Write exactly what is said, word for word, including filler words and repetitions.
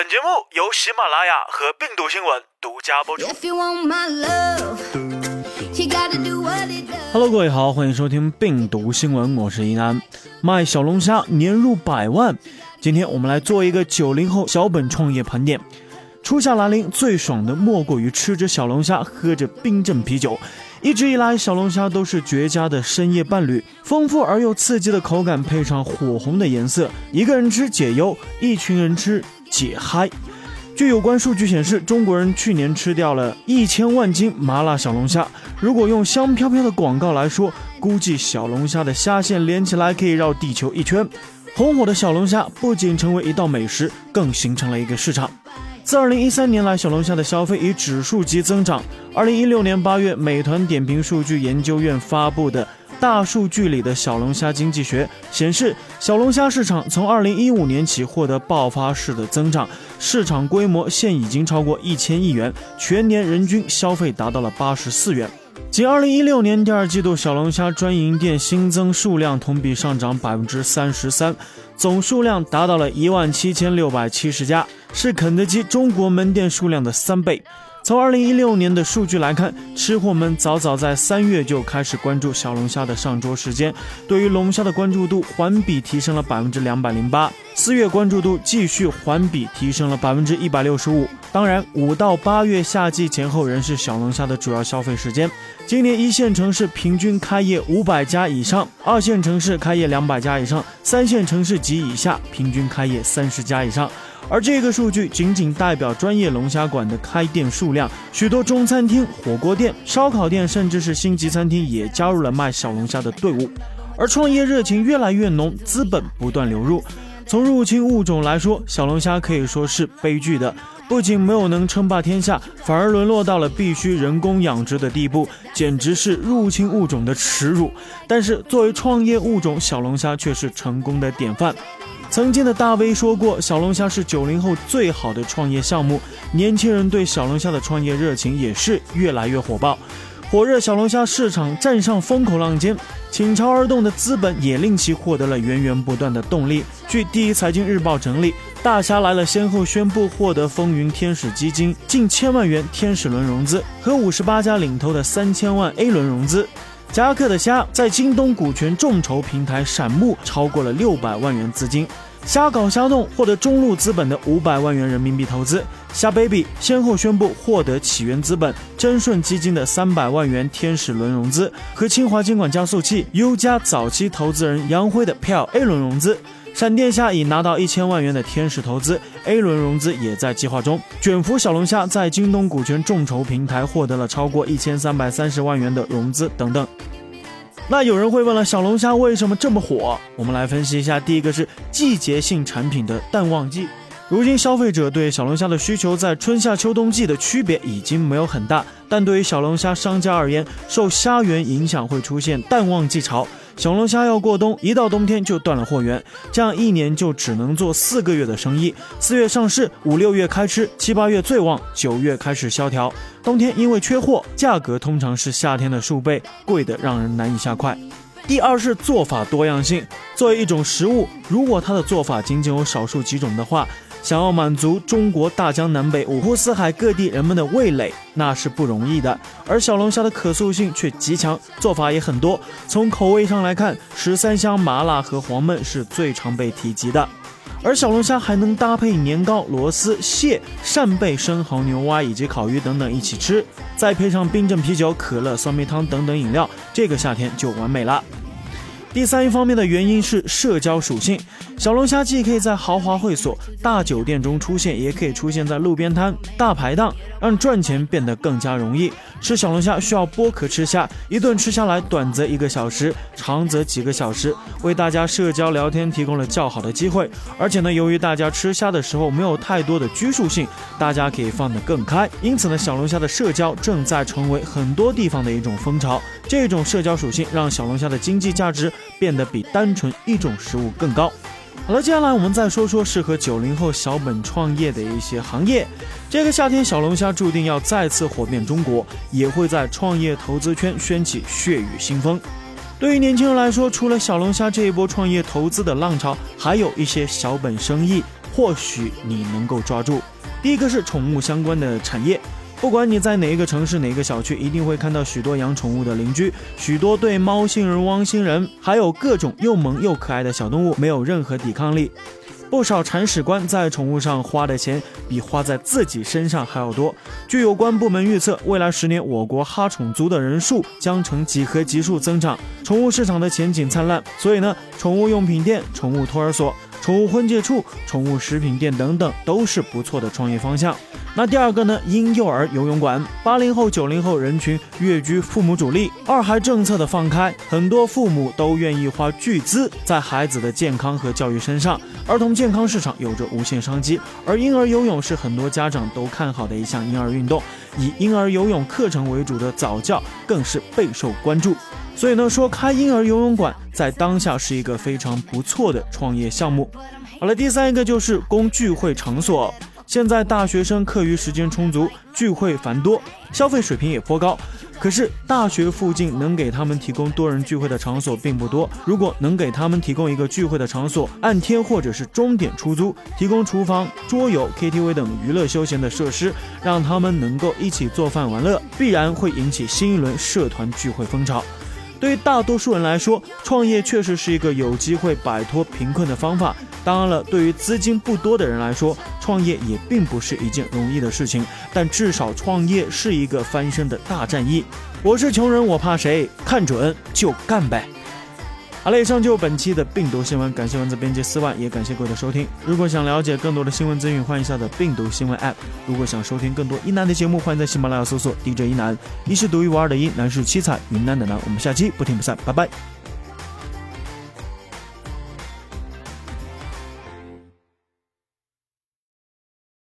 本节目由喜马拉雅和病毒新闻独家播出。Hello， 各位好，欢迎收听病毒新闻，我是一南。卖小龙虾年入百万，今天我们来做一个九零后小本创业盘点。初夏来临，最爽的莫过于吃着小龙虾，喝着冰镇啤酒。一直以来，小龙虾都是绝佳的深夜伴侣，丰富而又刺激的口感配上火红的颜色，一个人吃解忧，一群人吃解嗨。据有关数据显示，中国人去年吃掉了一千万斤麻辣小龙虾。如果用香飘飘的广告来说，估计小龙虾的虾线连起来可以绕地球一圈。红火的小龙虾不仅成为一道美食，更形成了一个市场。自二零一三年来，小龙虾的消费以指数级增长。二零一六年八月，美团点评数据研究院发布的大数据里的小龙虾经济学显示，小龙虾市场从二零一五年起获得爆发式的增长，市场规模现已经超过一千亿元，全年人均消费达到了八十四元。仅二零一六年第二季度，小龙虾专营店新增数量同比上涨百分之三十三，总数量达到了一万七千六百七十家，是肯德基中国门店数量的三倍。从二零一六年的数据来看，吃货们早早在三月就开始关注小龙虾的上桌时间，对于龙虾的关注度环比提升了百分之两百零八，四月关注度继续环比提升了百分之一百六十五。当然，五到八月夏季前后仍是小龙虾的主要消费时间。今年一线城市平均开业五百家以上，二线城市开业两百家以上，三线城市及以下平均开业三十家以上。而这个数据仅仅代表专业龙虾馆的开店数量，许多中餐厅、火锅店、烧烤店，甚至是星级餐厅也加入了卖小龙虾的队伍。而创业热情越来越浓，资本不断流入。从入侵物种来说，小龙虾可以说是悲剧的，不仅没有能称霸天下，反而沦落到了必须人工养殖的地步，简直是入侵物种的耻辱。但是作为创业物种，小龙虾却是成功的典范。曾经的大 V 说过，小龙虾是九零后最好的创业项目，年轻人对小龙虾的创业热情也是越来越火爆。火热小龙虾市场站上风口浪尖，倾巢而动的资本也令其获得了源源不断的动力。据第一财经日报整理，大虾来了先后宣布获得风云天使基金近千万元天使轮融资和五十八家领投的三千万 A 轮融资。夹克的虾在京东股权众筹平台闪目超过了六百万元资金，虾搞虾动获得中路资本的五百万元人民币投资，虾 baby 先后宣布获得起源资本、真顺基金的三百万元天使轮融资和清华监管加速器优加早期投资人杨辉的票 A 轮融资。闪电虾已拿到一千万元的天使投资 ，A 轮融资也在计划中。卷福小龙虾在京东股权众筹平台获得了超过一千三百三十万元的融资等等。那有人会问了，小龙虾为什么这么火？我们来分析一下。第一个是季节性产品的淡旺季。如今消费者对小龙虾的需求在春夏秋冬季的区别已经没有很大，但对于小龙虾商家而言，受虾源影响会出现淡旺季潮。小龙虾要过冬，一到冬天就断了货源，这样一年就只能做四个月的生意。四月上市，五六月开吃，七八月最旺，九月开始萧条。冬天因为缺货，价格通常是夏天的数倍，贵得让人难以下筷。第二是做法多样性。作为一种食物，如果它的做法仅仅有少数几种的话，想要满足中国大江南北五湖四海各地人们的味蕾，那是不容易的。而小龙虾的可塑性却极强，做法也很多。从口味上来看，十三香、麻辣和黄焖是最常被提及的。而小龙虾还能搭配年糕、螺丝、蟹、扇贝、生蚝、牛蛙以及烤鱼等等一起吃，再配上冰镇啤酒、可乐、酸梅汤等等饮料，这个夏天就完美了。第三一方面的原因是社交属性，小龙虾既可以在豪华会所、大酒店中出现，也可以出现在路边摊、大排档，让赚钱变得更加容易。吃小龙虾需要剥壳吃虾，一顿吃下来短则一个小时，长则几个小时，为大家社交聊天提供了较好的机会。而且呢，由于大家吃虾的时候没有太多的拘束性，大家可以放得更开，因此呢，小龙虾的社交正在成为很多地方的一种风潮。这种社交属性让小龙虾的经济价值变得比单纯一种食物更高。好了，接下来我们再说说适合九零后小本创业的一些行业。这个夏天，小龙虾注定要再次火遍中国，也会在创业投资圈掀起血雨腥风。对于年轻人来说，除了小龙虾这一波创业投资的浪潮，还有一些小本生意或许你能够抓住。第一个是宠物相关的产业，不管你在哪一个城市哪一个小区，一定会看到许多养宠物的邻居，许多对猫星人汪星人还有各种又萌又可爱的小动物没有任何抵抗力。不少铲屎官在宠物上花的钱比花在自己身上还要多。据有关部门预测，未来十年我国哈宠族的人数将呈几何级数增长，宠物市场的前景灿烂。所以呢，宠物用品店、宠物托儿所、宠物婚介处、宠物食品店等等都是不错的创业方向。那第二个呢，婴幼儿游泳馆，八零后、九零后人群跃居父母主力，二孩政策的放开，很多父母都愿意花巨资在孩子的健康和教育身上。儿童健康市场有着无限商机，而婴儿游泳是很多家长都看好的一项婴儿运动，以婴儿游泳课程为主的早教更是备受关注。所以呢，说开婴儿游泳馆在当下是一个非常不错的创业项目。好了，第三一个就是供聚会场所。现在大学生课余时间充足，聚会繁多，消费水平也颇高。可是大学附近能给他们提供多人聚会的场所并不多，如果能给他们提供一个聚会的场所，按天或者是钟点出租，提供厨房、桌游、K T V 等娱乐休闲的设施，让他们能够一起做饭玩乐，必然会引起新一轮社团聚会风潮。对于大多数人来说，创业确实是一个有机会摆脱贫困的方法。当然了，对于资金不多的人来说，创业也并不是一件容易的事情，但至少创业是一个翻身的大战役。我是穷人，我怕谁？看准就干呗。好了，以上就是本期的病毒新闻，感谢文字编辑四万，也感谢各位的收听。如果想了解更多的新闻资讯，欢迎下载病毒新闻 App。如果想收听更多一南的节目，欢迎在喜马拉雅搜索 D J 一南，一是独一无二的一，南是七彩云南的南。我们下期不听不散，拜拜。